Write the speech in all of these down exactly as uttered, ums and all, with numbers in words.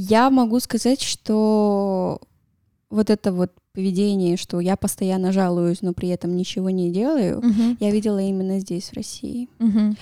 Я могу сказать, что вот это вот поведение, что я постоянно жалуюсь, но при этом ничего не делаю, Мгм. я видела именно здесь, в России. Мгм.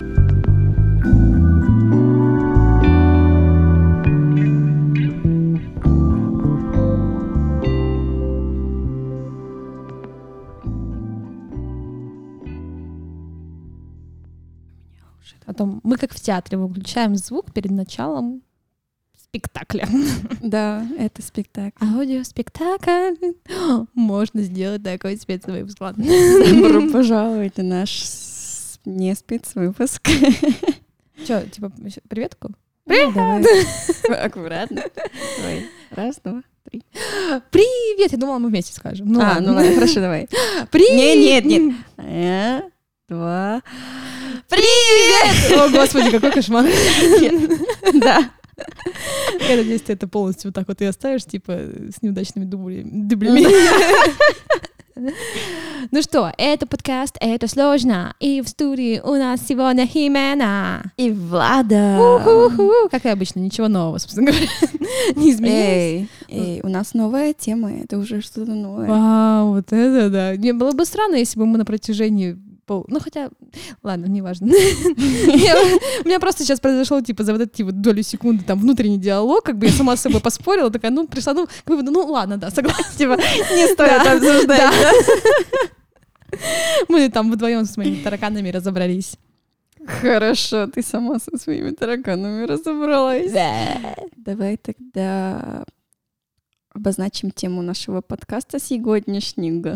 Потом мы как в театре выключаем звук перед началом спектакля. Да, это спектакль. Аудиоспектакль. Можно сделать такой спецвыпуск. Ладно. Добро пожаловать на наш с- не спецвыпуск. Чё, типа, приветку? Ну, давай. Аккуратно. Давай. Раз, два, три. Привет! Я думала, мы вместе скажем. Ну, А, ладно. ну ладно, хорошо, давай. Привет! Нет, нет, нет. Э, Два. Привет! О, господи, какой кошмар. Да. Я надеюсь, ты это полностью вот так вот и оставишь, типа, с неудачными дублями. дублями. Ну что, это подкаст «Это сложно». И в студии у нас сегодня Химена. И Влада. У-ху-ху. Как и обычно, ничего нового, собственно говоря, не изменилось. Эй, эй, у нас новая тема, это уже что-то новое. Вау, вот это да. Не было бы странно, если бы мы на протяжении пол... Ну, хотя, ладно, неважно. У меня просто сейчас произошел, типа, за вот эти вот долю секунды там внутренний диалог, как бы я сама с собой поспорила, такая, ну, пришла, ну, к выводу, ну, ладно, да, согласна. Типа, не стоит обсуждать, да? Мы там вдвоем с моими тараканами разобрались. Хорошо, ты сама со своими тараканами разобралась. Давай тогда обозначим тему нашего подкаста сегодняшнего.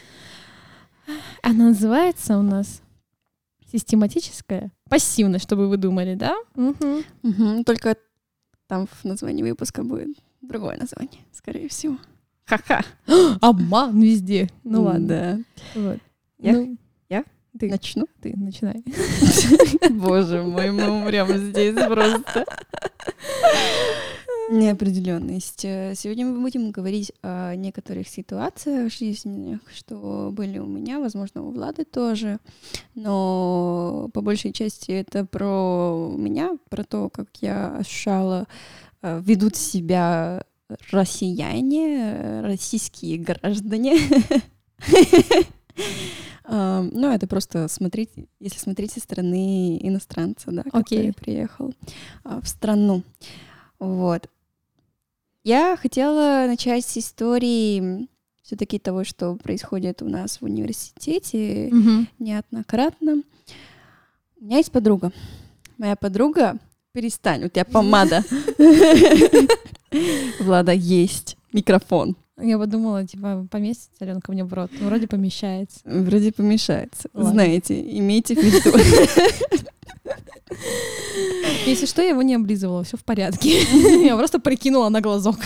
Она называется у нас систематическая пассивность, чтобы вы думали, да? Угу. Угу, только там в названии выпуска будет другое название, скорее всего. Ха-ха. Обман везде. Ну ладно. Да. Вот. Я? Ну, Я? Ты. Начну? Ты начинай. Боже мой, мы умрем здесь просто. Неопределенность. Сегодня мы будем говорить о некоторых ситуациях жизненных, что были у меня, возможно, у Влады тоже, но по большей части это про меня, про то, как я ощущала, э, ведут себя россияне, российские граждане. А, Ну, это просто смотреть, если смотреть со стороны иностранца, да, который Окей. приехал а, в страну. Вот. Я хотела начать с истории все-таки того, что происходит у нас в университете Мгм. неоднократно. У меня есть подруга. Моя подруга... Перестань, у тебя помада. Влада, есть микрофон. Я подумала, типа, поместится ли он ко мне в рот. Ну, вроде помещается. Вроде помешается. Ладно. Знаете, имейте в виду. Если что, я его не облизывала, все в порядке. Я просто прикинула на глазок.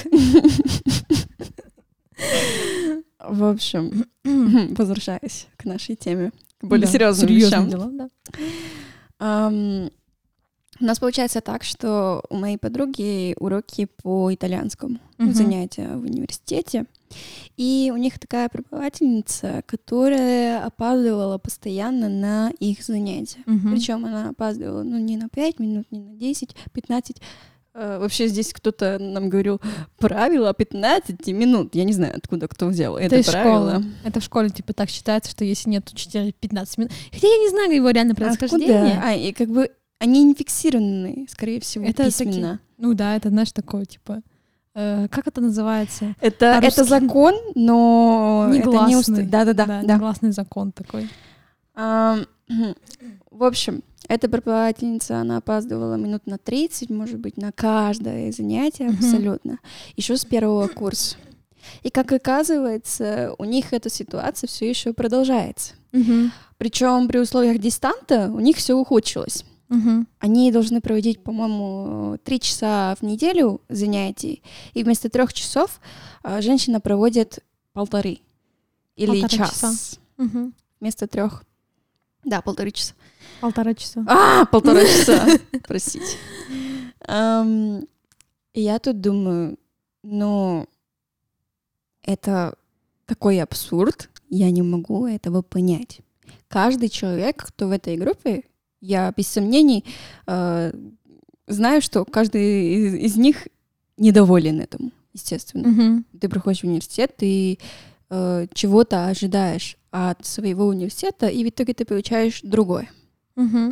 В общем, возвращаясь к нашей теме, к более Да, серьезным серьезным вещам. делам, да. Ам, У нас получается так, что у моей подруги уроки по итальянскому, Мгм. занятия в университете. И у них такая преподавательница, которая опаздывала постоянно на их занятия. Мгм. Причем она опаздывала, ну, не на пять минут, не на десять, пятнадцать. Э, Вообще здесь кто-то нам говорил правило пятнадцати минут. Я не знаю, откуда кто взял это, Это из правило. школы. Это в школе, типа, так считается, что если нет учителя пятнадцать минут... Хотя я не знаю его реально происхождение. Откуда? А, и как бы они не фиксированы, скорее всего, Это письменно. Ну да, это, знаешь, такое, типа... э, как это называется? Это, А это русский- закон, но это не Негласный. уст... Да-да-да. Да, да. негласный закон такой. Ам, мгм. В общем, эта преподавательница, она опаздывала минут на тридцать, может быть, на каждое занятие Мгм. абсолютно. Еще с первого курса. И как оказывается, у них эта ситуация все еще продолжается. Мгм. Причем при условиях дистанта у них все ухудшилось. Мгм. Они должны проводить, по-моему, три часа в неделю занятий, и вместо трех часов а, женщина проводит полторы или Полтора час. часа. Мгм. Вместо трех. Да, полторы часа. Полтора часа. А, полтора часа. Простите. Ам, и я тут думаю, ну, это такой абсурд, я не могу этого понять. Каждый человек, кто в этой группе, я без сомнений э, знаю, что каждый из, из них недоволен этому, естественно. Мгм. Ты приходишь в университет, ты э, чего-то ожидаешь от своего университета, и в итоге ты получаешь другое. Мгм.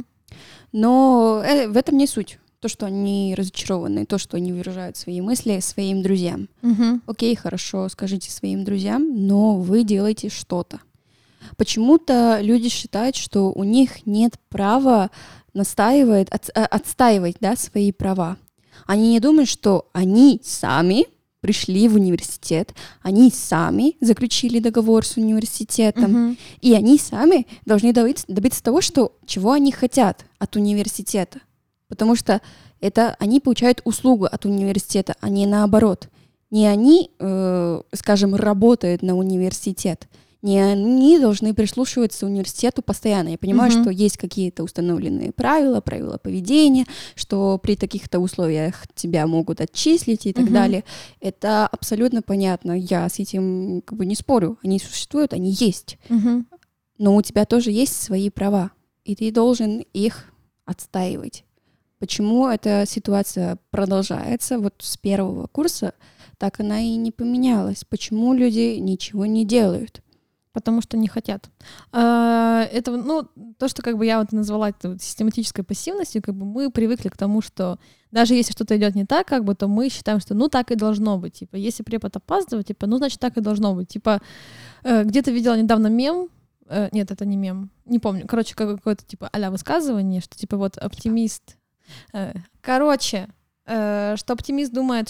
Но э, в этом не суть. То, что они разочарованы, то, что они выражают свои мысли своим друзьям. Мгм. Окей, хорошо, скажите своим друзьям, но вы делаете что-то. Почему-то люди считают, что у них нет права настаивать, от- э, отстаивать, да, свои права. Они не думают, что они сами пришли в университет, они сами заключили договор с университетом, Мгм. и они сами должны добиться, добиться того, что, чего они хотят от университета. Потому что это они получают услугу от университета, а не наоборот. Не они, э, скажем, работают на университет, не они должны прислушиваться университету постоянно. Я понимаю, Мгм. что есть какие-то установленные правила, правила поведения, что при таких-то условиях тебя могут отчислить и так Мгм. далее. Это абсолютно понятно. Я с этим как бы не спорю. Они существуют, они есть. Мгм. Но у тебя тоже есть свои права, и ты должен их отстаивать. Почему эта ситуация продолжается вот с первого курса, так она и не поменялась. Почему люди ничего не делают? Потому что не хотят. А, Это, ну, то, что как бы я вот назвала это вот систематической пассивностью, как бы мы привыкли к тому, что даже если что-то идет не так, как бы, то мы считаем, что ну так и должно быть. Типа, если препод опаздывает, типа, ну, значит, так и должно быть. Типа, э, где-то видела недавно мем, э, нет, это не мем, не помню. Короче, как- какое-то типа а-ля высказывание, что типа вот оптимист. э, Короче, э, что оптимист думает,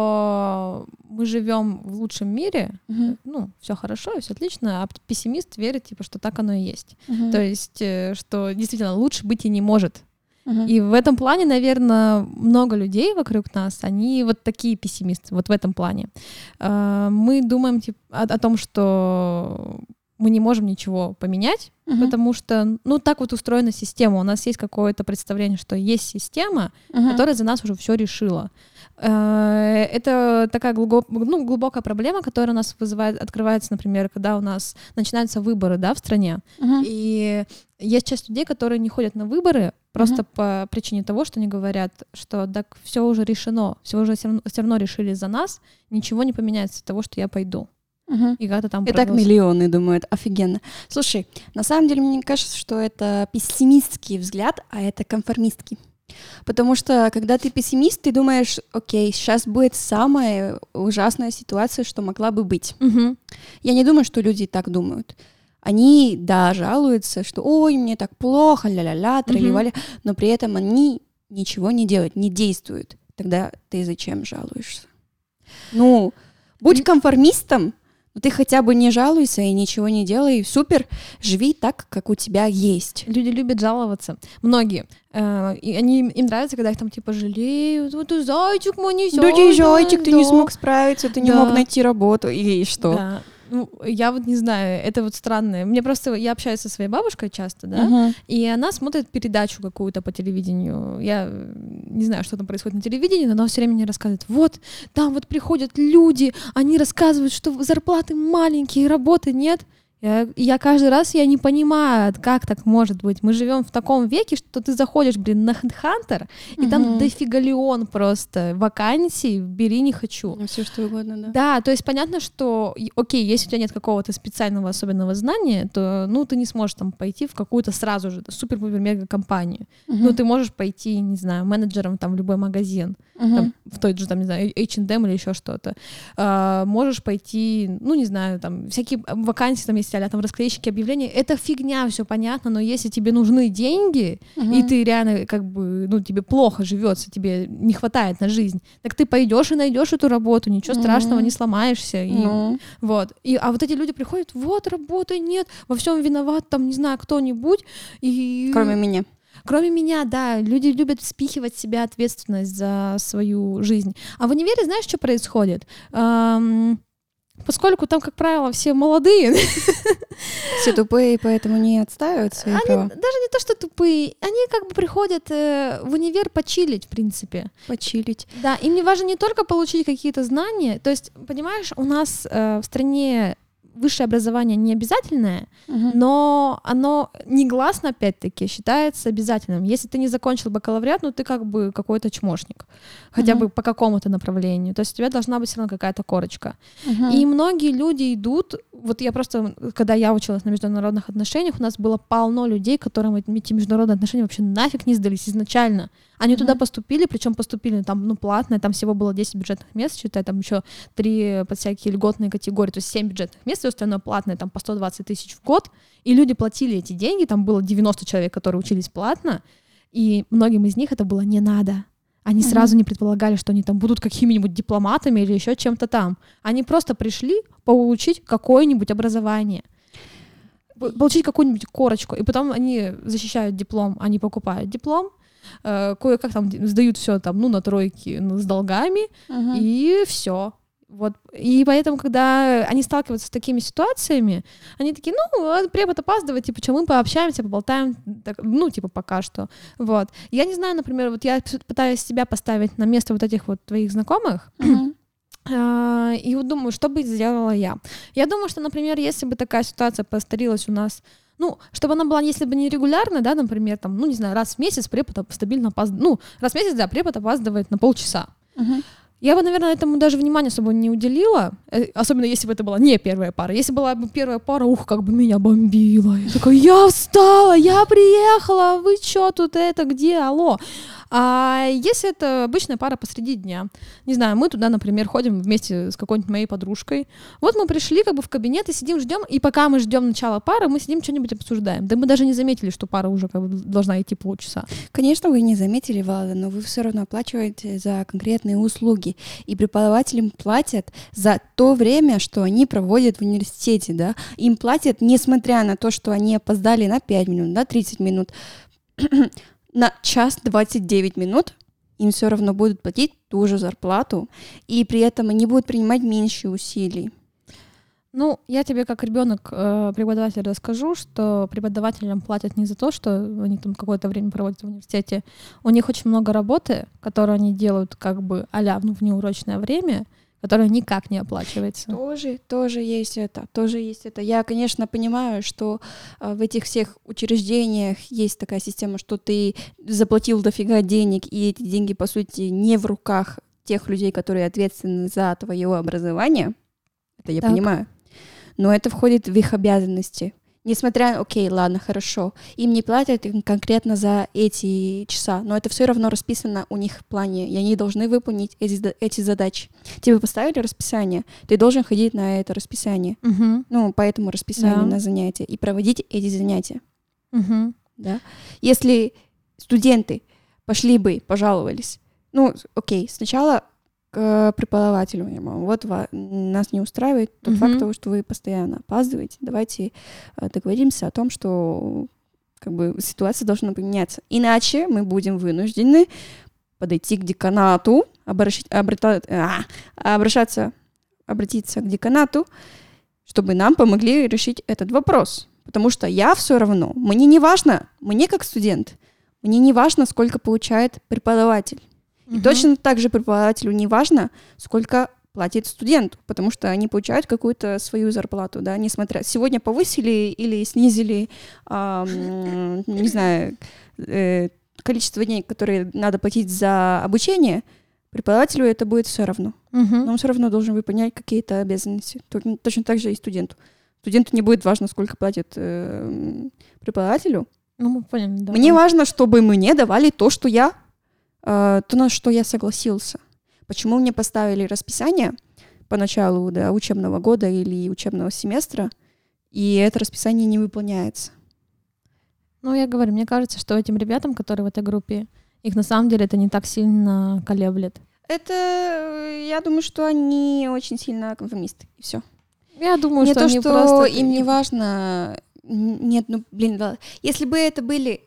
что мы живем в лучшем мире, Мгм. ну, все хорошо, все отлично, а пессимист верит, типа, что так оно и есть. Мгм. То есть, э, что действительно лучше быть и не может. Мгм. И в этом плане, наверное, много людей вокруг нас, они вот такие пессимисты, вот в этом плане. Э, Мы думаем типа, о, о том, что мы не можем ничего поменять, Мгм. потому что, ну, так вот устроена система. У нас есть какое-то представление, что есть система, Мгм. которая за нас уже все решила. Э, Это такая глубо- ну, глубокая проблема, которая у нас вызывает, открывается, например, когда у нас начинаются выборы, да, в стране. Мгм. И есть часть людей, которые не ходят на выборы просто по причине того, что они говорят, что так все уже решено, все уже все равно, всё равно решили за нас, ничего не поменяется от того, что я пойду. Мгм. И как-то там И так проголосую. миллионы думают, офигенно. Слушай, на самом деле мне кажется, что это пессимистский взгляд, а это конформистский. Потому что когда ты пессимист, ты думаешь, окей, сейчас будет самая ужасная ситуация, что могла бы быть. Мгм. Я не думаю, что люди так думают. Они, да, жалуются, что ой, мне так плохо, ля-ля-ля, трали-вали, но при этом они ничего не делают, не действуют. Тогда ты зачем жалуешься? Ну, будь М. конформистом, но ты хотя бы не жалуйся и ничего не делай. Супер, живи так, как у тебя есть. Люди любят жаловаться. Многие. Э, И они, им нравится, когда их там типа жалеют. Вот ты зайчик мой не Да ты сядет, зайчик, ты не да». смог справиться, ты не Да. мог найти работу. И что? Да. Ну, я вот не знаю, это вот странное. Мне просто, я общаюсь со своей бабушкой часто, да, Мгм. и она смотрит передачу какую-то по телевидению. Я э, не знаю, что там происходит на телевидении, но она все время мне рассказывает, вот, там вот приходят люди, они рассказывают, что зарплаты маленькие, работы нет. Я, я каждый раз я не понимаю, как так может быть. Мы живем в таком веке, что ты заходишь, блин, на HeadHunter, и там Мгм. дофигалион просто вакансий, бери, не хочу. Все что угодно, да. Да, то есть понятно, что, и- окей, если у тебя нет какого-то специального особенного знания, то, ну, ты не сможешь там пойти в какую-то сразу же супер-пупер-мега-компанию. Мгм. Ну, ты можешь пойти, не знаю, менеджером там в любой магазин, Мгм. там, в тот же, там, не знаю, эйч энд эм или еще что-то. А, можешь пойти, ну, не знаю, там, всякие вакансии там есть, а там, расклейщики объявлений. Это фигня, все понятно, но если тебе нужны деньги, Мгм. и ты реально, как бы, ну, тебе плохо живется, тебе не хватает на жизнь, так ты пойдешь и найдешь эту работу, ничего Мгм. страшного, не сломаешься. И, Ну, вот. И, а вот эти люди приходят, вот, работы нет, во всем виноват, там, не знаю, кто-нибудь. И... кроме меня. Кроме меня, да, люди любят спихивать с себя ответственность за свою жизнь. А в универе, знаешь, что происходит? Ам, Поскольку там, как правило, все молодые, Все тупые, поэтому не отстаивают свои они права. даже не то, что тупые, они как бы приходят э, в универ почилить, в принципе. Почилить. Да, им не важно не только получить какие-то знания, то есть, понимаешь, у нас э, в стране высшее образование не обязательное, Мгм. но оно негласно, опять-таки, считается обязательным. Если ты не закончил бакалавриат, ну ты как бы какой-то чмошник, хотя Мгм. бы по какому-то направлению. То есть у тебя должна быть все равно какая-то корочка. Мгм. И многие люди идут, вот я просто, когда я училась на международных отношениях, у нас было полно людей, которым эти международные отношения вообще нафиг не сдались изначально. Они Мгм. туда поступили, причем поступили там, ну, платно, там всего было десять бюджетных мест, считай, там еще три под всякие льготные категории, то есть семь бюджетных мест, все остальное платное, там по сто двадцать тысяч в год, и люди платили эти деньги, там было девяносто человек, которые учились платно, и многим из них это было не надо. Они Мгм. сразу не предполагали, что они там будут какими-нибудь дипломатами или еще чем-то там. Они просто пришли получить какое-нибудь образование, п- получить какую-нибудь корочку, и потом они защищают диплом, они покупают диплом, э, кое-как там сдают все там, ну, на тройки, ну, с долгами, Мгм. и все. Вот. И поэтому, когда они сталкиваются с такими ситуациями, они такие, ну, а препод опаздывает, типа, что мы пообщаемся, поболтаем, так, ну, типа, пока что. Вот. Я не знаю, например, вот я пытаюсь себя поставить на место вот этих вот твоих знакомых, Мгм. а, и вот думаю, что бы сделала я. Я думаю, что, например, если бы такая ситуация повторилась у нас, ну, чтобы она была, если бы не регулярно, да, например, там, ну, не знаю, раз в месяц препод стабильно опаздывает, ну, раз в месяц, да, препод опаздывает на полчаса. Мгм. Я бы, наверное, этому даже внимания особо не уделила, э, особенно если бы это была не первая пара. Если была бы первая пара, ух, как бы меня бомбило. Я такая, я встала, я приехала, вы чё тут это, где, алло? А если это обычная пара посреди дня, не знаю, мы туда, например, ходим вместе с какой-нибудь моей подружкой. Вот мы пришли как бы в кабинет и сидим, ждем, и пока мы ждем начала пары, мы сидим, что-нибудь обсуждаем. Да мы даже не заметили, что пара уже как бы должна идти полчаса. Конечно, вы не заметили, Влада, но вы все равно оплачиваете за конкретные услуги. И преподавателям платят за то время, что они проводят в университете, да. Им платят, несмотря на то, что они опоздали на пять минут, на тридцать минут, на час двадцать девять минут, им все равно будут платить ту же зарплату, и при этом они будут принимать меньше усилий. Ну, я тебе как ребенок э, преподаватель расскажу, что преподавателям платят не за то, что они там какое-то время проводят в университете. У них очень много работы, которую они делают как бы а-ля ну, в неурочное время, которая никак не оплачивается. Тоже, тоже есть это, тоже есть это. Я, конечно, понимаю, что э, в этих всех учреждениях есть такая система, что ты заплатил дофига денег, и эти деньги, по сути, не в руках тех людей, которые ответственны за твое образование. Это я Так. понимаю. Но это входит в их обязанности. Несмотря, окей, ладно, хорошо, им не платят конкретно за эти часа, но это все равно расписано у них в плане, и они должны выполнить эти, эти задачи. Тебе поставили расписание, ты должен ходить на это расписание, Угу. ну, по этому расписанию Да. на занятия и проводить эти занятия. Угу. Да? Если студенты пошли бы, пожаловались, ну, окей, сначала к преподавателю, я говорю, вот ва- нас не устраивает тот Мгм. факт того, что вы постоянно опаздываете, давайте э, договоримся о том, что как бы ситуация должна поменяться. Иначе мы будем вынуждены подойти к деканату, обращ- обрата- а, обращаться, обратиться к деканату, чтобы нам помогли решить этот вопрос. Потому что я все равно, мне не важно, мне как студент, мне не важно, сколько получает преподаватель. И Мгм. точно так же преподавателю не важно, сколько платит студенту, потому что они получают какую-то свою зарплату, да, несмотря... Сегодня повысили или снизили, а, м, не знаю, э, количество денег, которые надо платить за обучение, преподавателю это будет все равно. Мгм. Но он все равно должен выполнять какие-то обязанности. Точно, точно так же и студенту. Студенту не будет важно, сколько платят э, преподавателю. Ну, мы поняли, да. Мне важно, чтобы мне давали то, что я, э, то, на что я согласился. Почему мне поставили расписание по началу да, учебного года или учебного семестра, и это расписание не выполняется? Ну, я говорю, мне кажется, что этим ребятам, которые в этой группе, их на самом деле это не так сильно колеблет. Это, э, я думаю, что они очень сильно конформисты, и все. Я думаю, Не что то, они что просто... им не важно. Н- Нет, ну, блин, да. Если бы это были...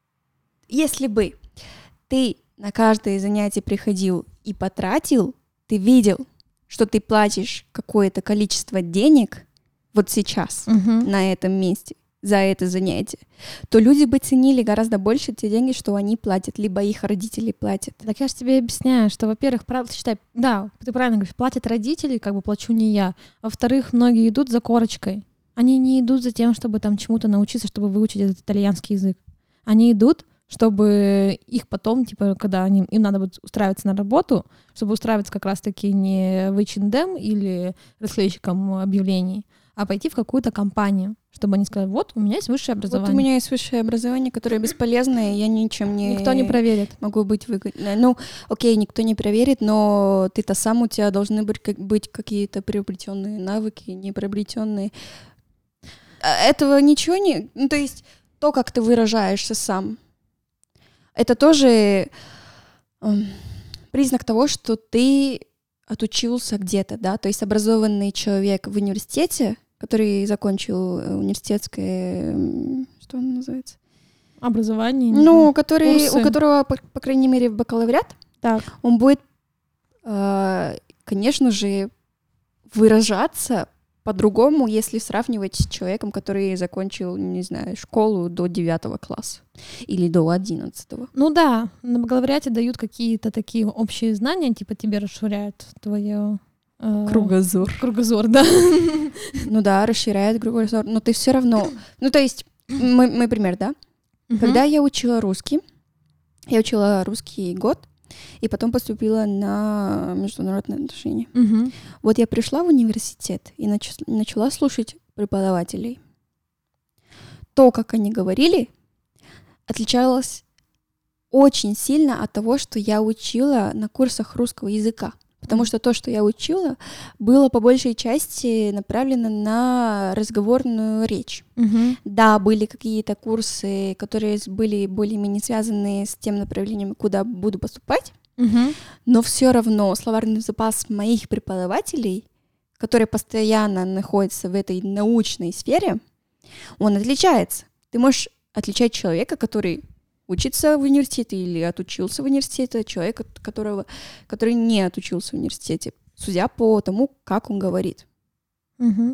Если бы ты на каждое занятие приходил и потратил, ты видел, что ты платишь какое-то количество денег вот сейчас Мгм. на этом месте, за это занятие, то люди бы ценили гораздо больше те деньги, что они платят, либо их родители платят. Так я же тебе объясняю, что, во-первых, прав... считай, да, ты правильно говоришь, платят родители, как бы плачу не я. Во-вторых, многие идут за корочкой. Они не идут за тем, чтобы там чему-то научиться, чтобы выучить этот итальянский язык. Они идут, чтобы их потом, типа, когда они, им надо будет устраиваться на работу, чтобы устраиваться как раз-таки не в эйч энд эм или расклейщиком объявлений, а пойти в какую-то компанию, чтобы они сказали, вот, у меня есть высшее образование. Вот у меня есть высшее образование, которое бесполезное, и я ничем не... Никто не проверит. Могу быть выгодной. Ну, окей, никто не проверит, но ты-то сам, у тебя должны быть, как, быть какие-то приобретенные навыки, неприобретенные. Этого ничего не... Ну, то есть то, как ты выражаешься сам, это тоже э, признак того, что ты отучился где-то, да, то есть образованный человек в университете, который закончил университетское, что он называется? Образование. Ну, который, у которого, по, по крайней мере, бакалавриат, так. Он будет, э, конечно же, выражаться по-другому, если сравнивать с человеком, который закончил, не знаю, школу до девятого класса или до одиннадцатого. Ну да, на бакалавриате дают какие-то такие общие знания, типа тебе расширяют твое... Э, кругозор. Кругозор, да. Ну да, расширяет кругозор, но ты все равно... Ну то есть, мой, мой пример, да? Uh-huh. Когда я учила русский, я учила русский год, и потом поступила на международные отношения. Uh-huh. Вот я пришла в университет и нач- начала слушать преподавателей. То, как они говорили, отличалось очень сильно от того, что я учила на курсах русского языка. Потому что то, что я учила, было по большей части направлено на разговорную речь. Uh-huh. Да, были какие-то курсы, которые были более-менее связаны с тем направлением, куда буду поступать, uh-huh. но все равно словарный запас моих преподавателей, которые постоянно находятся в этой научной сфере, он отличается. Ты можешь отличать человека, который... учиться в университете или отучился в университете, человека, которого, который не отучился в университете, судя по тому, как он говорит. Угу.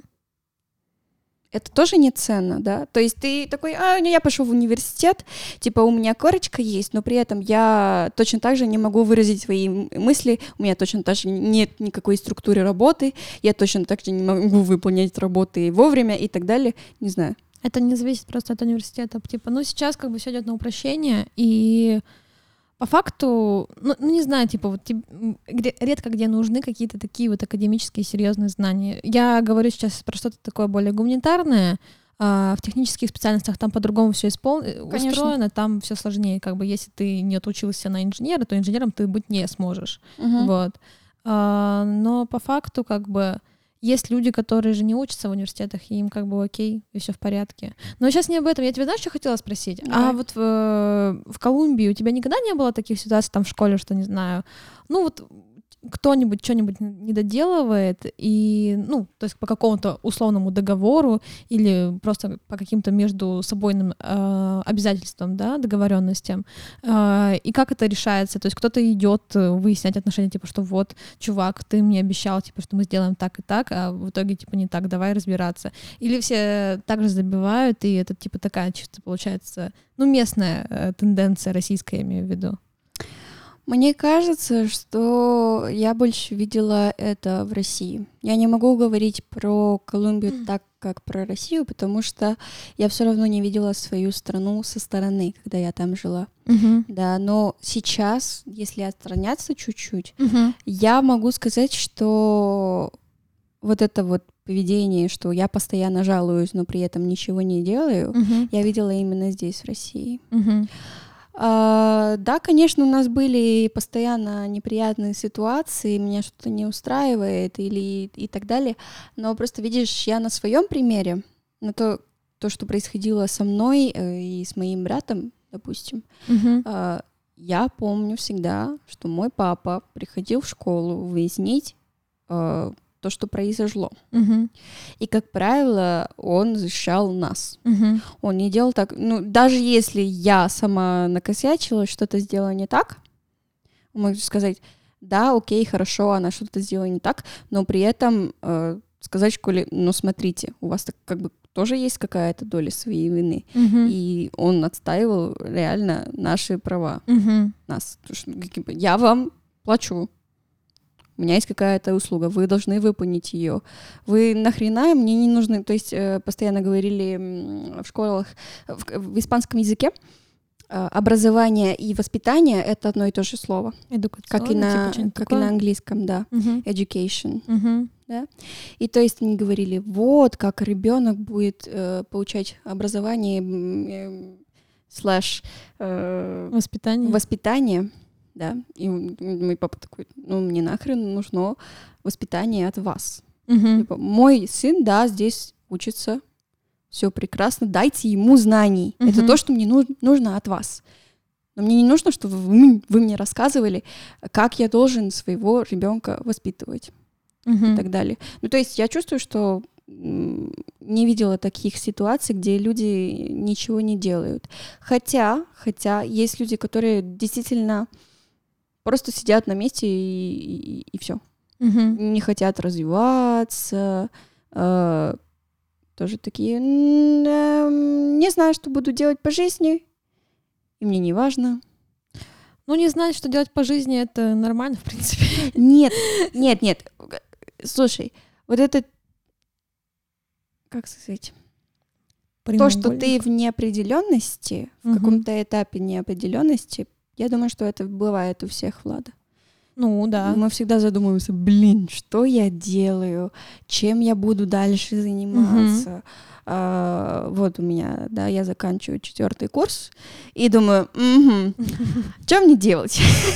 Это тоже не ценно, да? То есть ты такой, а, я пошел в университет, типа у меня корочка есть, но при этом я точно так же не могу выразить свои мысли, у меня точно так же нет никакой структуры работы, я точно так же не могу выполнять работы вовремя и так далее, не знаю. Это не зависит просто от университета. Типа, ну, сейчас как бы все идет на упрощение, и по факту, ну, ну не знаю, типа, вот где, редко где нужны какие-то такие вот академические серьезные знания. Я говорю сейчас про что-то такое более гуманитарное, а в технических специальностях там по-другому все испол... устроено, там все сложнее. Как бы, если ты не отучился на инженера, то инженером ты быть не сможешь. Uh-huh. Вот. А, но по факту, как бы, есть люди, которые же не учатся в университетах, и им как бы окей, и все в порядке. Но сейчас не об этом. Я тебя, знаешь, что хотела спросить? Давай. А вот в, в Колумбии у тебя никогда не было таких ситуаций там в школе, что, не знаю, ну вот кто-нибудь что-нибудь не доделывает, и, ну, то есть по какому-то условному договору или просто по каким-то между собойным э, обязательствам, да, договоренностям, э, и как это решается? То есть кто-то идет выяснять отношения, типа, что вот, чувак, ты мне обещал, типа, что мы сделаем так и так, а в итоге, типа, не так, давай разбираться. Или все также забивают, и это, типа, такая чисто получается, ну, местная э, тенденция российская, я имею в виду. Мне кажется, что я больше видела это в России. Я не могу говорить про Колумбию mm. так, как про Россию, потому что я все равно не видела свою страну со стороны, когда я там жила. Mm-hmm. Да, но сейчас, если отстраняться чуть-чуть, mm-hmm. я могу сказать, что вот это вот поведение, что я постоянно жалуюсь, но при этом ничего не делаю, mm-hmm. я видела именно здесь, в России. Mm-hmm. Uh, да, конечно, у нас были постоянно неприятные ситуации, меня что-то не устраивает или и так далее, но просто видишь, я на своем примере, на то, то, что происходило со мной э, и с моим братом, допустим, uh-huh. uh, я помню всегда, что мой папа приходил в школу выяснить uh, то, что произошло. Uh-huh. И, как правило, он защищал нас. Uh-huh. Он не делал так... Ну, даже если я сама накосячила, что-то сделала не так, он может сказать, да, окей, хорошо, она что-то сделала не так, но при этом э, сказать в школе, ну, смотрите, у вас так как бы тоже есть какая-то доля своей вины. Мгм. И он отстаивал реально наши права. Мгм. Нас. Потому что, как бы, я вам плачу. У меня есть какая-то услуга, вы должны выполнить ее. Вы нахрена мне не нужны? То есть э, постоянно говорили м, в школах в, в испанском языке э, образование и воспитание — это одно и то же слово. Как и Эдукационно, на, типа, что-нибудь как и такое. на английском, да. Мгм. Education. Мгм. И то есть они говорили, вот как ребенок будет э, получать образование м, э, слэш э, Воспитание. воспитание, да. И м- мой папа такой, ну мне нахрен нужно воспитание от вас. Мгм. Типа, мой сын, да, здесь учится, все прекрасно, дайте ему знаний. Это Мгм. то, что мне ну- нужно от вас. Но мне не нужно, чтобы вы, вы мне рассказывали, как я должен своего ребенка воспитывать. Мгм. И так далее. Ну, то есть я чувствую, что м, не видела таких ситуаций, где люди ничего не делают. Хотя, хотя есть люди, которые действительно просто сидят на месте и, и, все. Мгм. Не хотят развиваться. э, тоже такие, «М, эм, не знаю, что буду делать по жизни, и мне не важно. Ну, не знать, что делать по жизни, это нормально, в принципе. Нет, нет, нет. Слушай, вот это, как сказать, то, что ты в неопределенности, в Мгм. каком-то этапе неопределенности, я думаю, что это бывает у всех, Влада. Ну, да. Мы всегда задумываемся, блин, что я делаю, чем я буду дальше заниматься. А, вот у меня, да, я заканчиваю четвертый курс и думаю, угу, что мне делать?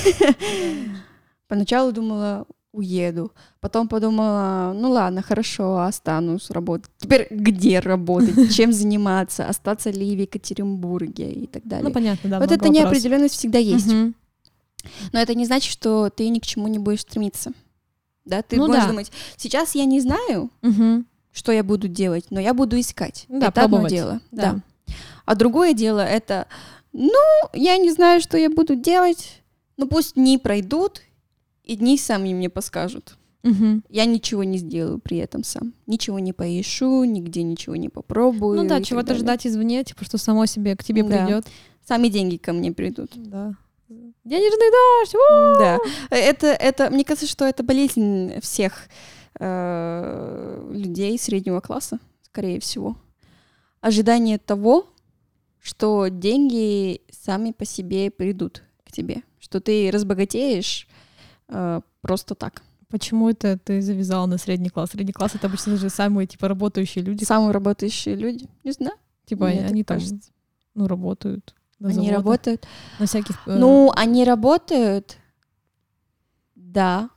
Поначалу думала, уеду. Потом подумала, ну ладно, хорошо, останусь работать. Теперь где работать? Чем заниматься? Остаться ли в Екатеринбурге и так далее? Ну, понятно, да. Вот много эта вопросов. неопределенность всегда есть. Мгм. Но это не значит, что ты ни к чему не будешь стремиться. Да, ты Ну можешь да. думать, сейчас я не знаю, Мгм. что я буду делать, но я буду искать. Да, это одно пробовать. дело. Да. Да. А другое дело это, ну, я не знаю, что я буду делать, но пусть дни пройдут, и дни сами мне подскажут. Мгм. Я ничего не сделаю при этом сам. Ничего не поищу, нигде ничего не попробую. Ну да, и так чего-то далее. ждать извне, типа, что само себе к тебе Да. придет. Сами деньги ко мне придут. Да. Денежный дождь! у! Да. Это, это, мне кажется, что это болезнь всех э, людей среднего класса, скорее всего. Ожидание того, что деньги сами по себе придут к тебе, что ты разбогатеешь э, просто так. Почему это ты завязала на средний класс? Средний класс — это обычно же самые, типа, работающие люди. Самые работающие люди, не знаю. Типа, мне они так там, кажется. ну, работают на Они заводах, работают. на всяких... э, Ну, они работают, да.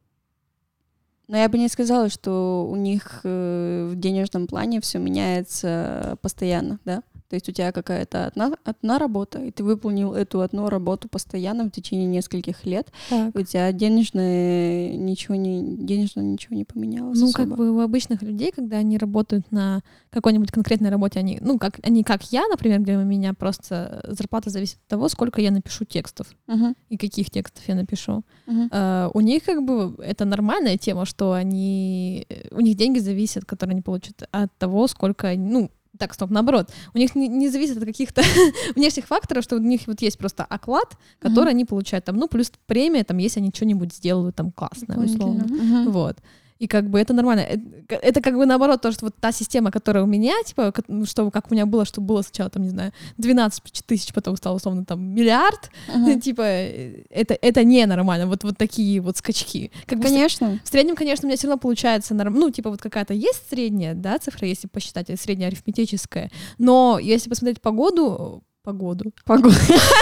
Но я бы не сказала, что у них э, в денежном плане все меняется постоянно, да. То есть у тебя какая-то одна, одна работа, и ты выполнил эту одну работу постоянно в течение нескольких лет, Так. и у тебя денежное ничего не, денежно ничего не поменялось Ну, особо. как бы у обычных людей, когда они работают на какой-нибудь конкретной работе, они, ну, как, они как я, например, где у меня просто зарплата зависит от того, сколько я напишу текстов Мгм, и каких текстов я напишу. мгм. Э, у них как бы это нормальная тема, что они, э, у них деньги зависят, которые они получат от того, сколько, они- ну, так, стоп, наоборот. У них не, не зависит от каких-то внешних факторов, что у них вот есть просто оклад, который Мгм. они получают там, ну, плюс премия, там, если они что-нибудь сделают там классное, условно. Дополнительно. Мгм. Вот. И как бы это нормально. Это, это как бы наоборот, то, что вот та система, которая у меня, типа, как, ну, что, как у меня было, что было сначала, там, не знаю, двенадцать тысяч, потом стало, условно, там, миллиард, Мгм. типа, э, это, это ненормально, вот, вот такие вот скачки. Как бы в сре- Конечно. в среднем, конечно, у меня все равно получается, норм- ну, типа, вот какая-то есть средняя, да, цифра, если посчитать, это средняя арифметическая, но если посмотреть погоду, погоду, Погода.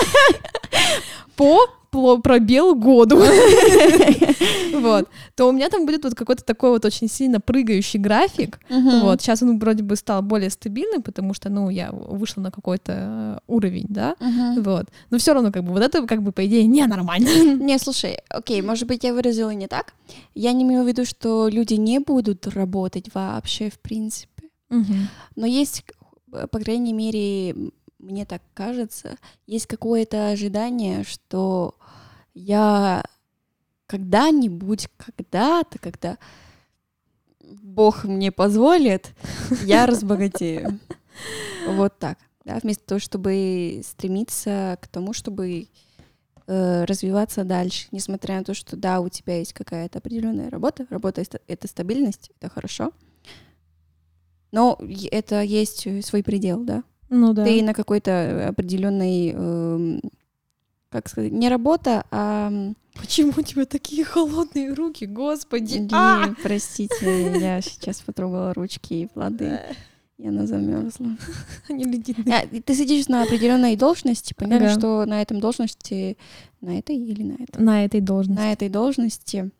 по пло- пробел году, вот, то у меня там будет вот какой-то такой вот очень сильно прыгающий график. Мгм. Вот, сейчас он вроде бы стал более стабильным, потому что, ну, я вышла на какой-то э, уровень, да, Мгм. вот. Но все равно, как бы, вот это, как бы, по идее, ненормально. Не, слушай, окей, может быть, я выразила не так. Я не имею в виду, что люди не будут работать вообще, в принципе. Но есть, э, по крайней мере, м, мне так кажется, есть какое-то ожидание, что я когда-нибудь, когда-то, когда Бог мне позволит, я разбогатею. Вот так. Да, вместо того, чтобы стремиться к тому, чтобы э, развиваться дальше, несмотря на то, что да, у тебя есть какая-то определенная работа, работа — это стабильность, это хорошо, но это есть свой предел, да. Ну да. Ты на какой-то определенной, э, как сказать, не работа, а... Почему у тебя такие холодные руки, господи? И, А! простите, я сейчас потрогала ручки и плоды. И она замерзла. Они ледяные. А, ты сидишь на определенной должности, понятно, Ага. что на этом должности, на этой или на этой? На этой должности. На этой должности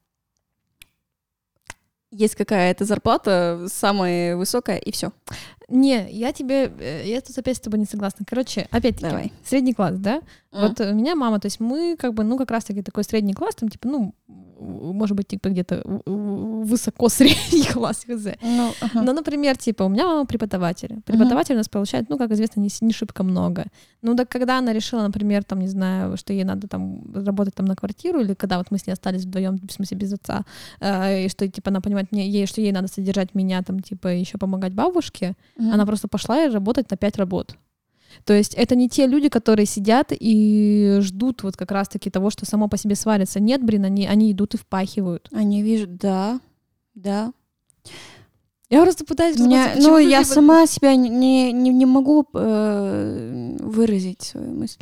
есть какая-то зарплата самая высокая, и все. Не, я тебе, э, я тут опять с тобой не согласна. Короче, опять-таки, Давай. средний класс, да? Mm. Вот у меня мама, то есть мы как бы, ну, как раз-таки такой средний класс, там, типа, ну, может быть, типа где-то высоко средний класс, хз. Ну, ага. Но, например, типа, у меня мама преподаватель. Преподаватель у нас получает, ну, как известно, не, с- не шибко много. Ну, так когда она решила, например, там, не знаю, что ей надо там работать там на квартиру, или когда вот мы с ней остались вдвоем, в смысле, без отца, э, и что, типа, она понимает, мне, ей, что ей надо содержать меня, там, типа, еще помогать бабушке, Мгм. она просто пошла и работать на пять работ. То есть это не те люди, которые сидят и ждут вот как раз-таки того, что само по себе сварится. Нет, блин, они, они идут и впахивают. Они вижу, да, да. Я просто пытаюсь... У меня, разобраться, почему ну, люди я вот- сама себя не, не, не не могу э, выразить свою мысль.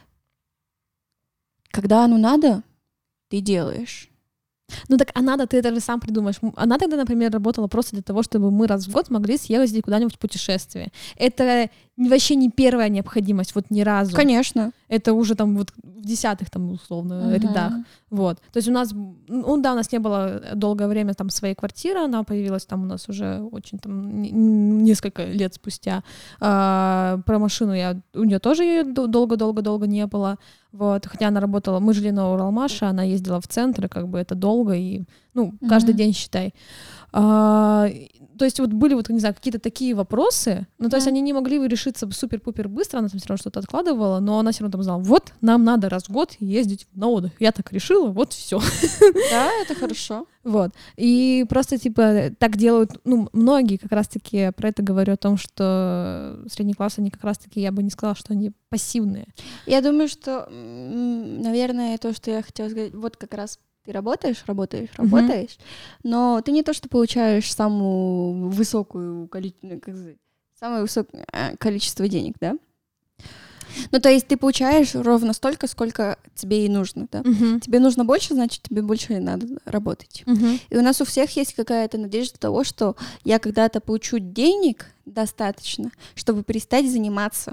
Когда оно надо, ты делаешь. Ну так, а надо, ты это же сам придумаешь. М, Она тогда, например, работала просто для того, чтобы мы раз в год могли съездить куда-нибудь в путешествие. Это вообще не первая необходимость, вот ни разу. Конечно. Это уже там вот в десятых там условно Мгм. рядах. Вот. То есть у нас, ну да, у нас не было долгое время там своей квартиры, она появилась там у нас уже очень там н- н- несколько лет спустя. А, про машину я, у нее тоже её д- долго-долго-долго не было. Вот. Хотя она работала, мы жили на Уралмаше, она ездила в центр, и как бы это долго, и, ну, каждый Мгм. день, считай. А, то есть вот были вот, не знаю, какие-то такие вопросы, ну, то есть Мгм. они не могли решиться супер-пупер быстро, она там все равно что-то откладывала, но она все равно там знала, вот, нам надо раз в год ездить на отдых. Я так решила, вот все. Да, это хорошо. Вот. И просто, типа, так делают, ну, многие как раз-таки, я про это говорю о том, что средний класс, они как раз-таки, я бы не сказала, что они пассивные. Я думаю, что, м, наверное, то, что я хотела сказать, вот как раз ты работаешь, работаешь, Мгм. работаешь, но ты не то, что получаешь самую высокую количество, как сказать, самое высокое а, количество денег, да? Ну, то есть ты получаешь ровно столько, сколько тебе и нужно, да? Мгм. Тебе нужно больше, значит, тебе больше и надо работать. Мгм. И у нас у всех есть какая-то надежда того, что я когда-то получу денег достаточно, чтобы перестать заниматься.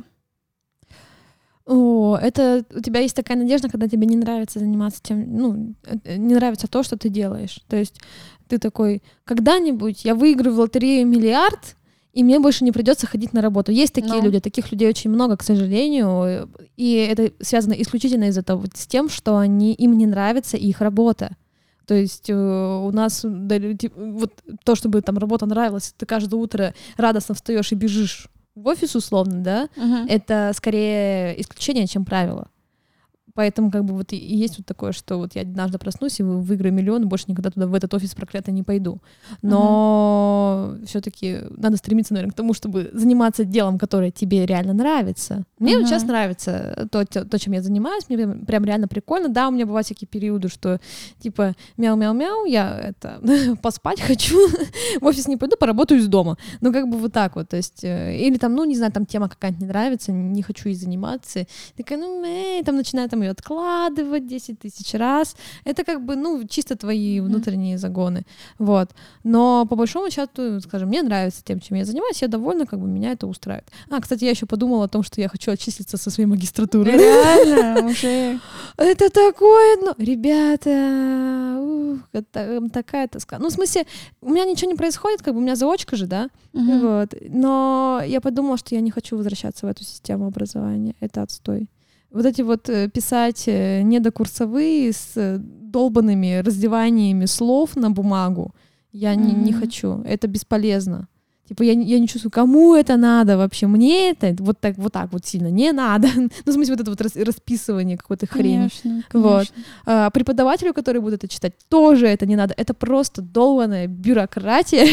О, это у тебя есть такая надежда, когда тебе не нравится заниматься тем, ну, э, не нравится то, что ты делаешь. То есть ты такой, когда-нибудь я выиграю в лотерею миллиард, и мне больше не придется ходить на работу. Есть такие Ну. люди, таких людей очень много, к сожалению, и это связано исключительно из-за того, с тем, что они, им не нравится их работа. То есть э, у нас да, люди- вот то, чтобы там работа нравилась, ты каждое утро радостно встаешь и бежишь в офис условно, да, Мгм. это скорее исключение, чем правило. Поэтому как бы вот и и есть вот такое, что вот я однажды проснусь и вы- выиграю миллион, и больше никогда туда, в этот офис проклятый не пойду. Но все-таки надо стремиться, наверное, к тому, чтобы заниматься делом, которое тебе реально нравится. Мне вот Мгм. сейчас нравится то, те- то, чем я занимаюсь, мне прям, прям реально прикольно. Да, у меня бывают всякие периоды, что типа мяу-мяу-мяу, я это поспать хочу, в офис не пойду, поработаю из дома. Ну как бы вот так вот, то есть, э, или там, ну не знаю, там тема какая-нибудь не нравится, не хочу ей заниматься, такая, ну, мэй, там начинаю там ее откладывать десять тысяч раз. Это как бы, ну, чисто твои Мгм. внутренние загоны. Вот. Но по большому счету, скажем, мне нравится тем, чем я занимаюсь, я довольна, как бы меня это устраивает. А, кстати, я еще подумала о том, что я хочу отчислиться со своей магистратуры. Реально, уже. Это такое, ну, ребята, ух, это такая тоска. Ну, в смысле, у меня ничего не происходит, как бы у меня заочка же, да, Мгм. вот. Но я подумала, что я не хочу возвращаться в эту систему образования. Это отстой. Вот эти вот э, писать э, недокурсовые с э, долбанными раздеваниями слов на бумагу, я не, не Мгм. хочу. Это бесполезно. Типа я, я не чувствую, кому это надо вообще, мне это вот так вот, так вот сильно не надо. Ну, в смысле, вот это вот рас, расписывание какой-то хрени. Конечно, вот. конечно. А, преподавателю, который будет это читать, тоже это не надо. Это просто долбаная бюрократия.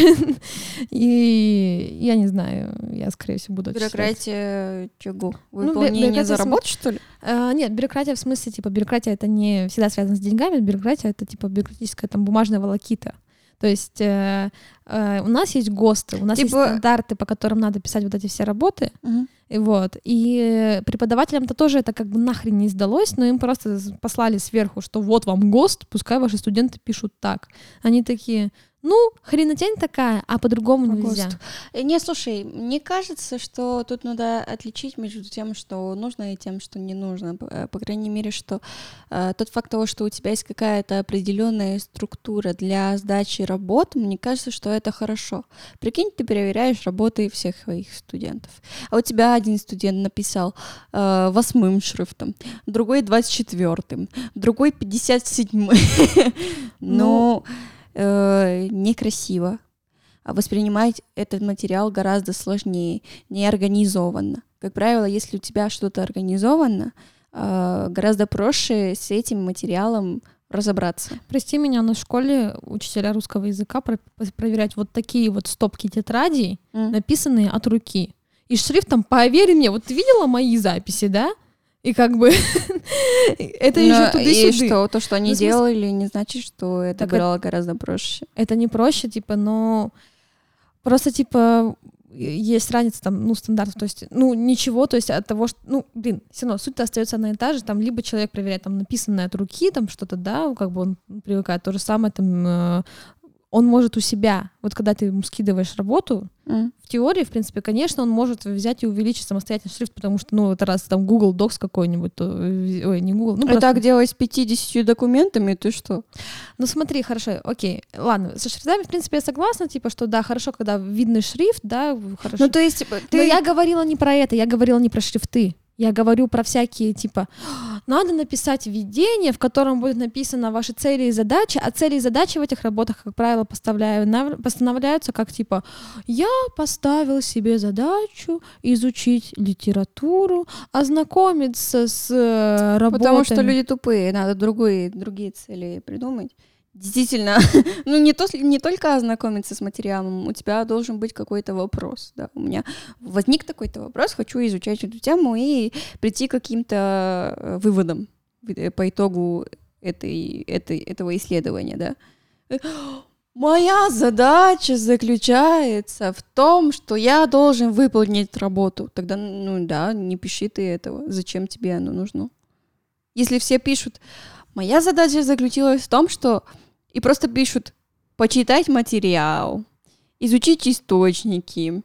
И я не знаю, я, скорее всего, буду читать. Бюрократия чего? Ну, Выполнение бюрократия за см- работу, что ли? А, нет, бюрократия в смысле, типа, бюрократия — это не всегда связано с деньгами, бюрократия — это, типа, бюрократическая там бумажная волокита. То есть э, э, у нас есть ГОСТы, у нас Типа- есть стандарты, по которым надо писать вот эти все работы, Мгм. и вот. И преподавателям-то тоже это как бы нахрен не сдалось, но им просто послали сверху, что вот вам ГОСТ, пускай ваши студенты пишут так. Они такие, ну, хренотень такая, а по-другому По нельзя. ГОСТу. Э, Не, слушай, мне кажется, что тут надо отличить между тем, что нужно, и тем, что не нужно. По, э, по крайней мере, что э, тот факт того, что у тебя есть какая-то определенная структура для сдачи работ, мне кажется, что это хорошо. Прикинь, ты проверяешь работы всех своих студентов. А у тебя один студент написал э, восьмым шрифтом, другой двадцать четвёртым, другой пятьдесят седьмым. Ну, э, некрасиво. А воспринимать этот материал гораздо сложнее, неорганизованно. Как правило, если у тебя что-то организовано, э, гораздо проще с этим материалом разобраться. Прости меня, но в школе учителя русского языка про- проверять вот такие вот стопки тетрадей, М. написанные от руки. И шрифтом, поверь мне, вот ты видела мои записи, да? И как бы это Но еще и туды-сюды. что, то, что они Ну, в смысле- делали, не значит, что это Так было гораздо проще. Это не проще, типа, но просто, типа, есть разница там, ну, стандартов, то есть, ну, ничего, то есть от того, что, ну, блин, все равно суть-то остается одна и та же, там, либо человек проверяет там написанное от руки, там, что-то, да, как бы он привыкает, то же самое, там, э, он может у себя, вот когда ты ему скидываешь работу, М. в теории, в принципе, конечно, он может взять и увеличить самостоятельно шрифт, потому что, ну, это раз там Google Docs какой-нибудь, то, э, ой, не Google, ну, А просто- так делать с пятьюдесятью документами, ты что? Ну смотри, хорошо, окей, ладно, со шрифтами, в принципе, я согласна, типа, что да, хорошо, когда видный шрифт, да, хорошо. Ну, то есть, типа, ты... Но я говорила не про это, я говорила не про шрифты. Я говорю про всякие, типа, надо написать введение, в котором будет написано ваши цели и задачи, а цели и задачи в этих работах, как правило, поставляю, нав- постановляются как, типа, я поставил себе задачу изучить литературу, ознакомиться с э, работами. Потому что люди тупые, надо другие, другие цели придумать. Действительно, ну не, то, не только ознакомиться с материалом, у тебя должен быть какой-то вопрос. Да? У меня возник такой-то вопрос, хочу изучать эту тему и прийти к каким-то э, выводам э, по итогу этой, этой, этого исследования. Да? Э, Моя задача заключается в том, что я должен выполнить работу. Тогда, ну да, не пиши ты этого. Зачем тебе оно нужно? Если все пишут, моя задача заключилась в том, что... И просто пишут, почитать материал, изучить источники.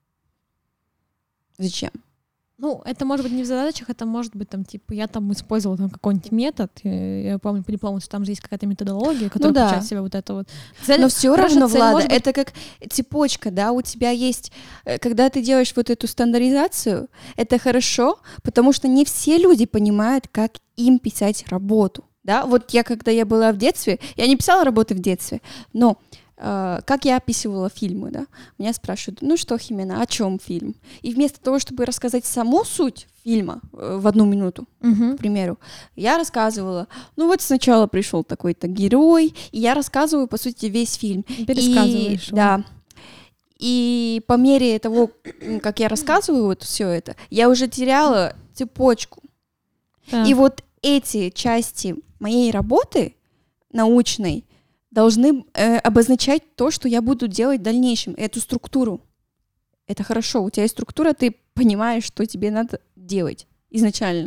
Зачем? Ну, это может быть не в задачах, это может быть там, типа, я там использовала там какой-нибудь метод, э, я помню по диплому, что там же есть какая-то методология, которая Ну да. включает в себя вот это вот. Цель- Но все хорошая равно, цель Влада, может быть- это как цепочка, да, у тебя есть, э, когда ты делаешь вот эту стандартизацию, это хорошо, потому что не все люди понимают, как им писать работу, да, вот я, когда я была в детстве, я не писала работы в детстве, но э, как я описывала фильмы, да, меня спрашивают, ну что, Химена, о чем фильм? И вместо того, чтобы рассказать саму суть фильма э, в одну минуту, Мгм. к примеру, я рассказывала, ну вот сначала пришел такой-то герой, и я рассказываю, по сути, весь фильм. Пересказываешь И, его. да. И по мере того, м, как я рассказываю вот все это, я уже теряла цепочку. Так. И вот эти части моей работы научной должны э, обозначать то, что я буду делать в дальнейшем, эту структуру. Это хорошо, у тебя есть структура, ты понимаешь, что тебе надо делать изначально.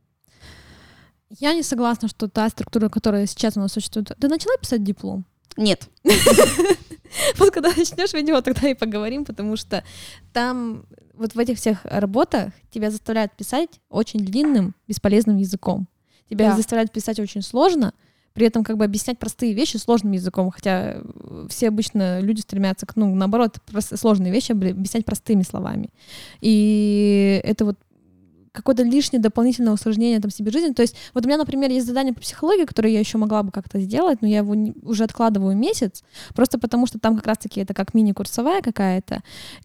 Я не согласна, что та структура, которая сейчас у нас существует... Ты начала писать диплом? Нет. Вот когда начнешь, видимо, тогда и поговорим, потому что там вот в этих всех работах тебя заставляют писать очень длинным, бесполезным языком. Тебя Да. заставляют писать очень сложно, при этом как бы объяснять простые вещи сложным языком, хотя э, все обычно люди стремятся к, ну, наоборот, просто сложные вещи объяснять простыми словами. И это вот какое-то лишнее дополнительное усложнение там себе жизни. То есть вот у меня, например, есть задание по психологии, которое я еще могла бы как-то сделать, но я его не, уже откладываю месяц, просто потому что там как раз-таки это как мини-курсовая какая-то,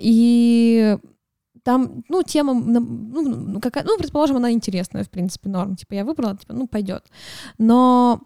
и там, ну, тема, ну, какая, ну, предположим, она интересная, в принципе, норм, типа я выбрала, типа, ну, пойдет. Но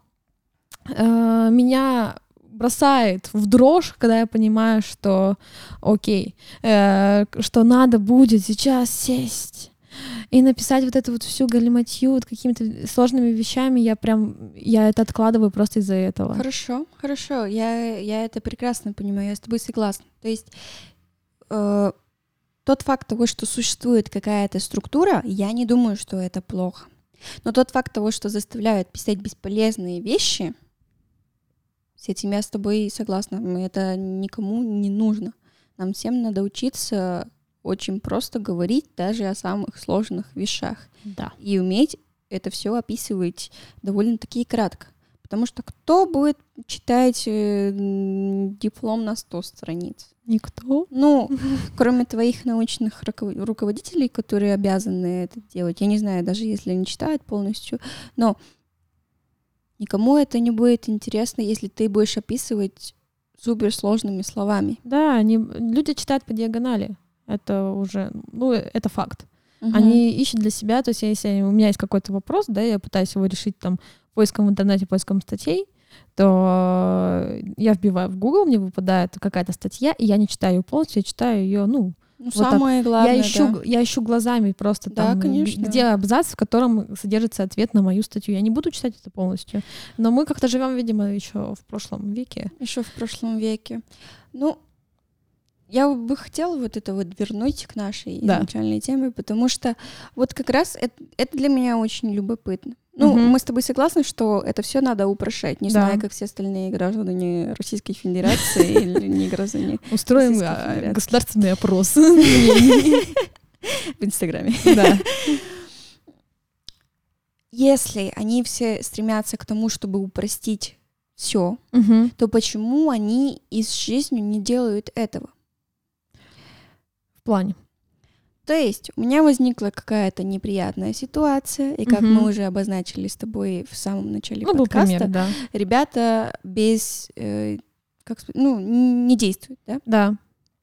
э, меня бросает в дрожь, когда я понимаю, что, окей, э, что надо будет сейчас сесть и написать вот эту вот всю галиматью вот какими-то сложными вещами, я прям, я это откладываю просто из-за этого. Хорошо, хорошо, я, я это прекрасно понимаю, я с тобой согласна. То есть э, тот факт того, что существует какая-то структура, я не думаю, что это плохо. Но тот факт того, что заставляют писать бесполезные вещи, с этим я с тобой согласна. Это никому не нужно. Нам всем надо учиться очень просто говорить даже о самых сложных вещах. Да. И уметь это все описывать довольно-таки кратко. Потому что кто будет читать э, диплом на сто страниц? Никто. Ну, кроме твоих научных руководителей, которые обязаны это делать. Я не знаю, даже если они читают полностью. Но никому это не будет интересно, если ты будешь описывать суперсложными словами. Да, они, люди читают по диагонали. Это уже, ну, это факт. Угу. Они ищут для себя, то есть если у меня есть какой-то вопрос, да, я пытаюсь его решить там поиском в интернете, поиском статей, то я вбиваю в Google, мне выпадает какая-то статья, и я не читаю ее полностью, я читаю ее, ну, ну вот самое так. главное, я ищу, да. я ищу глазами просто да, там, конечно. где абзац, в котором содержится ответ на мою статью. Я не буду читать это полностью. Но мы как-то живем, видимо, еще в прошлом веке. Еще в прошлом веке. Ну, я бы хотела вот это вот вернуть к нашей да. изначальной теме, потому что вот как раз это, это для меня очень любопытно. Ну, угу. мы с тобой согласны, что это все надо упрощать, не да. знаю, как все остальные граждане Российской Федерации или не граждане. Устроим государственный опрос в Инстаграме. Да. Если они все стремятся к тому, чтобы упростить все, угу. то почему они и с жизнью не делают этого? В плане? То есть у меня возникла какая-то неприятная ситуация, и как угу. мы уже обозначили с тобой в самом начале ну, подкаста, был пример, да. ребята без, э, как сказать, ну, не действуют, да? Да.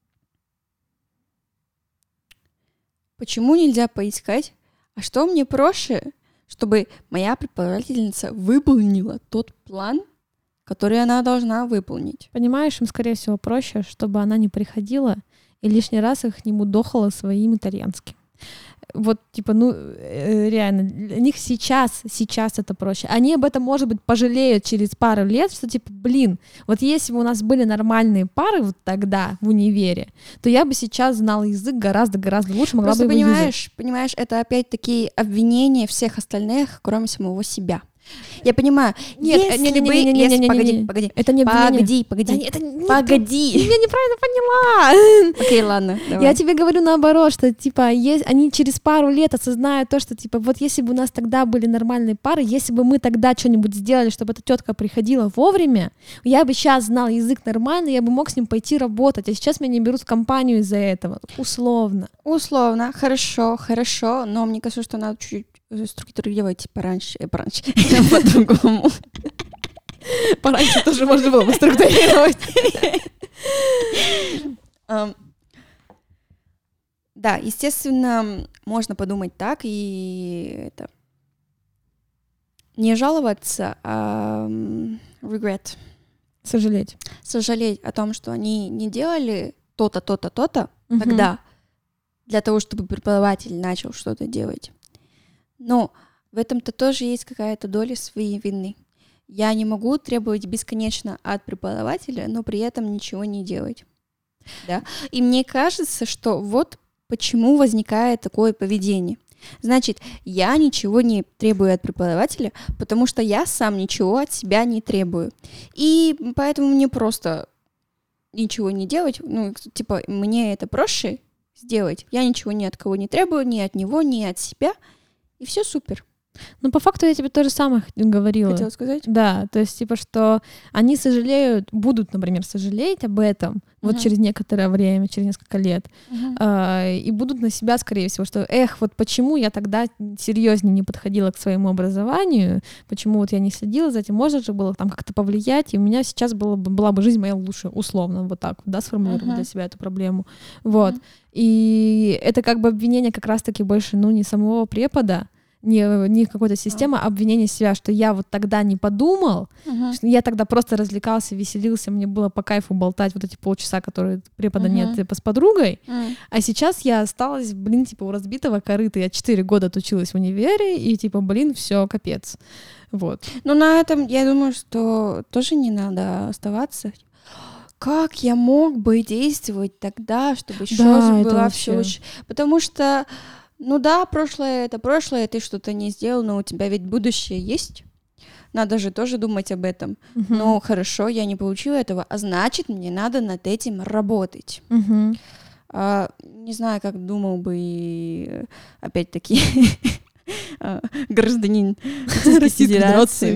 Почему нельзя поискать, а что мне проще, чтобы моя преподавательница выполнила тот план, который она должна выполнить? Понимаешь, им, скорее всего, проще, чтобы она не приходила и лишний раз их не мудохала своим итальянским. Вот, типа, ну, реально, для них сейчас, сейчас это проще. Они об этом, может быть, пожалеют через пару лет, что, типа, блин, вот если бы у нас были нормальные пары вот тогда в универе, то я бы сейчас знала язык гораздо-гораздо лучше, могла Просто бы его понимаешь, юзать. понимаешь, это опять-таки обвинение всех остальных, кроме самого себя. Я понимаю. Нет, если не, не, бы, не, не, не, если, не, не, погоди, не. погоди, это не обвинение. погоди, погоди, да, это не, погоди. Ты меня неправильно поняла. Окей, ладно, давай. Я тебе говорю наоборот, что, типа, есть, они через пару лет осознают то, что, типа, вот если бы у нас тогда были нормальные пары, если бы мы тогда что-нибудь сделали, чтобы эта тетка приходила вовремя, я бы сейчас знал язык нормально, я бы мог с ним пойти работать, а сейчас меня не берут в компанию из-за этого. Условно. Условно, хорошо, хорошо, но мне кажется, что надо чуть-чуть структурировать пораньше, э, пораньше, по-другому. Пораньше тоже можно было бы структурировать. Да, естественно, можно подумать так и это не жаловаться, а regret. Сожалеть. Сожалеть о том, что они не делали то-то, то-то, то-то тогда, для того, чтобы преподаватель начал что-то делать. Но в этом-то тоже есть какая-то доля своей вины. Я не могу требовать бесконечно от преподавателя, но при этом ничего не делать. Да? И мне кажется, что вот почему возникает такое поведение. Значит, я ничего не требую от преподавателя, потому что я сам ничего от себя не требую. И поэтому мне просто ничего не делать, ну, типа, мне это проще сделать. Я ничего ни от кого не требую, ни от него, ни от себя. И все супер. Ну, по факту я тебе то же самое говорила. Хотела сказать? Да, то есть, типа, что они сожалеют, будут, например, сожалеть об этом uh-huh. вот через некоторое время, через несколько лет, uh-huh. э, и будут на себя, скорее всего, что, эх, вот почему я тогда серьезнее не подходила к своему образованию, почему вот я не следила за этим, можно же было там как-то повлиять, и у меня сейчас было бы, была бы жизнь моя лучше, условно, вот так, да, сформулировать uh-huh. для себя эту проблему. Вот. Uh-huh. И это как бы обвинение как раз-таки больше, ну, не самого препода, не, не какой-то системы, а обвинение себя, что я вот тогда не подумал, uh-huh. что я тогда просто развлекался, веселился, мне было по кайфу болтать вот эти полчаса, которые препода uh-huh. нет, типа, с подругой, uh-huh. а сейчас я осталась, блин, типа, у разбитого корыта, я четыре года отучилась в универе, и, типа, блин, все капец, вот. Ну, на этом, я думаю, что тоже не надо оставаться. Как я мог бы действовать тогда, чтобы еще да, была все... Потому что ну да, прошлое — это прошлое, ты что-то не сделал, но у тебя ведь будущее есть. Надо же тоже думать об этом. Uh-huh. Ну, хорошо, я не получила этого, а значит, мне надо над этим работать. Uh-huh. А, не знаю, как думал бы, опять-таки, гражданин Российской Федерации.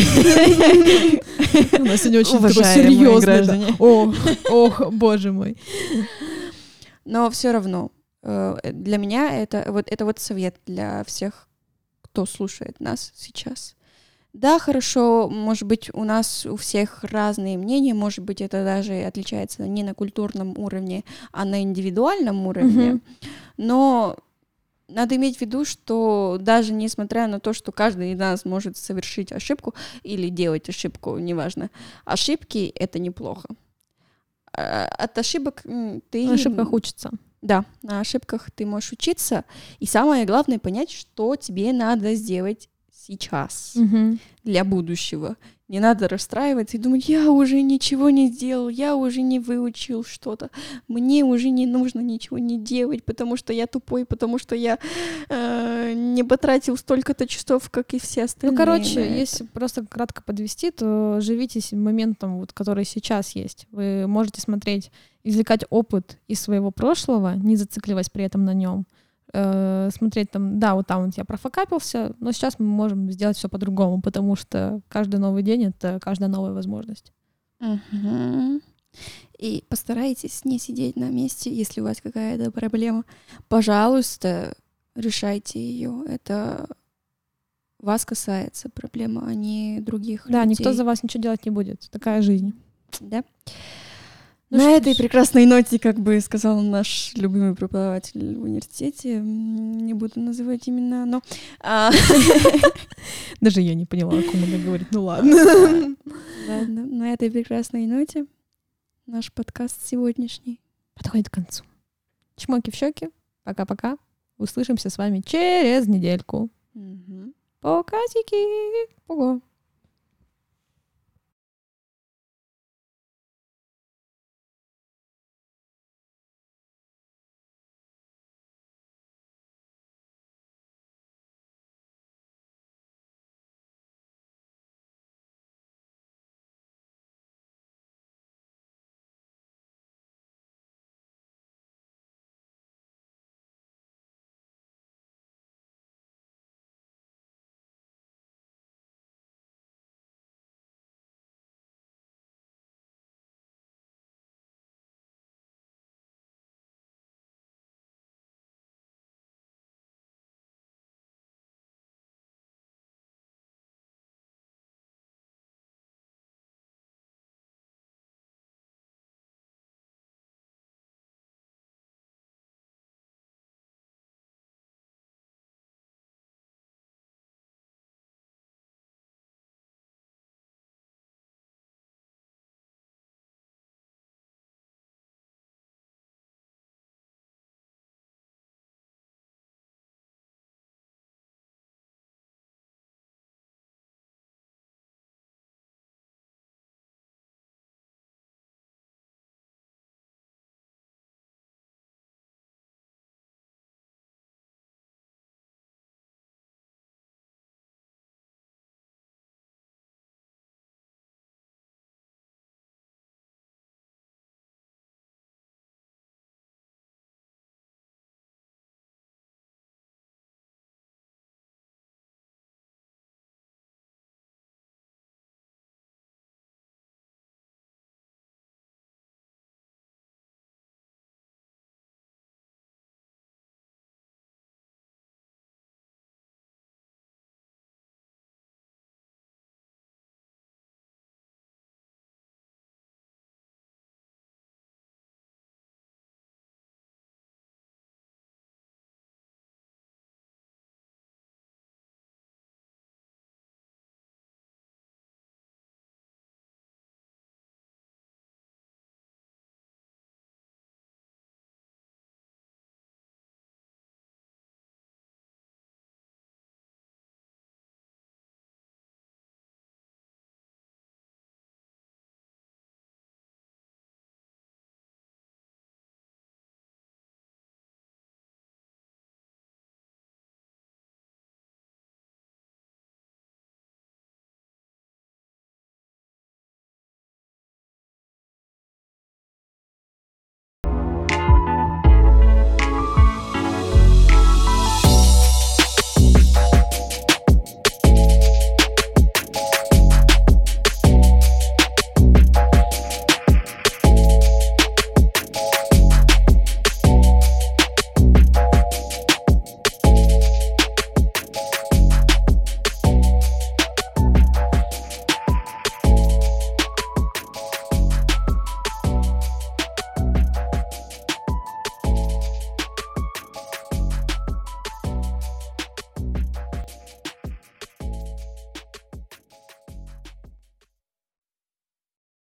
У нас сегодня очень такой серьезный. Ох, боже мой. Но все равно. Для меня это вот, это вот совет для всех, кто слушает нас сейчас. Да, хорошо, может быть, у нас у всех разные мнения, может быть, это даже отличается не на культурном уровне, а на индивидуальном уровне, mm-hmm. но надо иметь в виду, что даже несмотря на то, что каждый из нас может совершить ошибку или делать ошибку, неважно, ошибки — это неплохо. От ошибок ты... На ошибках учатся. Да, на ошибках ты можешь учиться, и самое главное — понять, что тебе надо сделать сейчас угу. для будущего. Не надо расстраиваться и думать: я уже ничего не сделал, я уже не выучил что-то, мне уже не нужно ничего не делать, потому что я тупой, потому что я э, не потратил столько-то часов, как и все остальные. Ну, короче, если просто кратко подвести, то живите моментом, вот, который сейчас есть. Вы можете смотреть, извлекать опыт из своего прошлого, не зацикливаясь при этом на нем. Смотреть там, да, вот там вот я профокапился, но сейчас мы можем сделать все по-другому, потому что каждый новый день — это каждая новая возможность. Uh-huh. И постарайтесь не сидеть на месте, если у вас какая-то проблема. Пожалуйста, решайте ее. Это вас касается проблема, а не других да, людей. Никто за вас ничего делать не будет. Такая жизнь. Да. Ну, на этой ж... прекрасной ноте, как бы сказал наш любимый преподаватель в университете, не буду называть имена, но... Даже я не поняла, о ком она говорит. Ну ладно. Ладно, на этой прекрасной ноте наш подкаст сегодняшний подходит к концу. Чмоки в щеки. Пока-пока. Услышимся с вами через недельку. Покасики. Ого.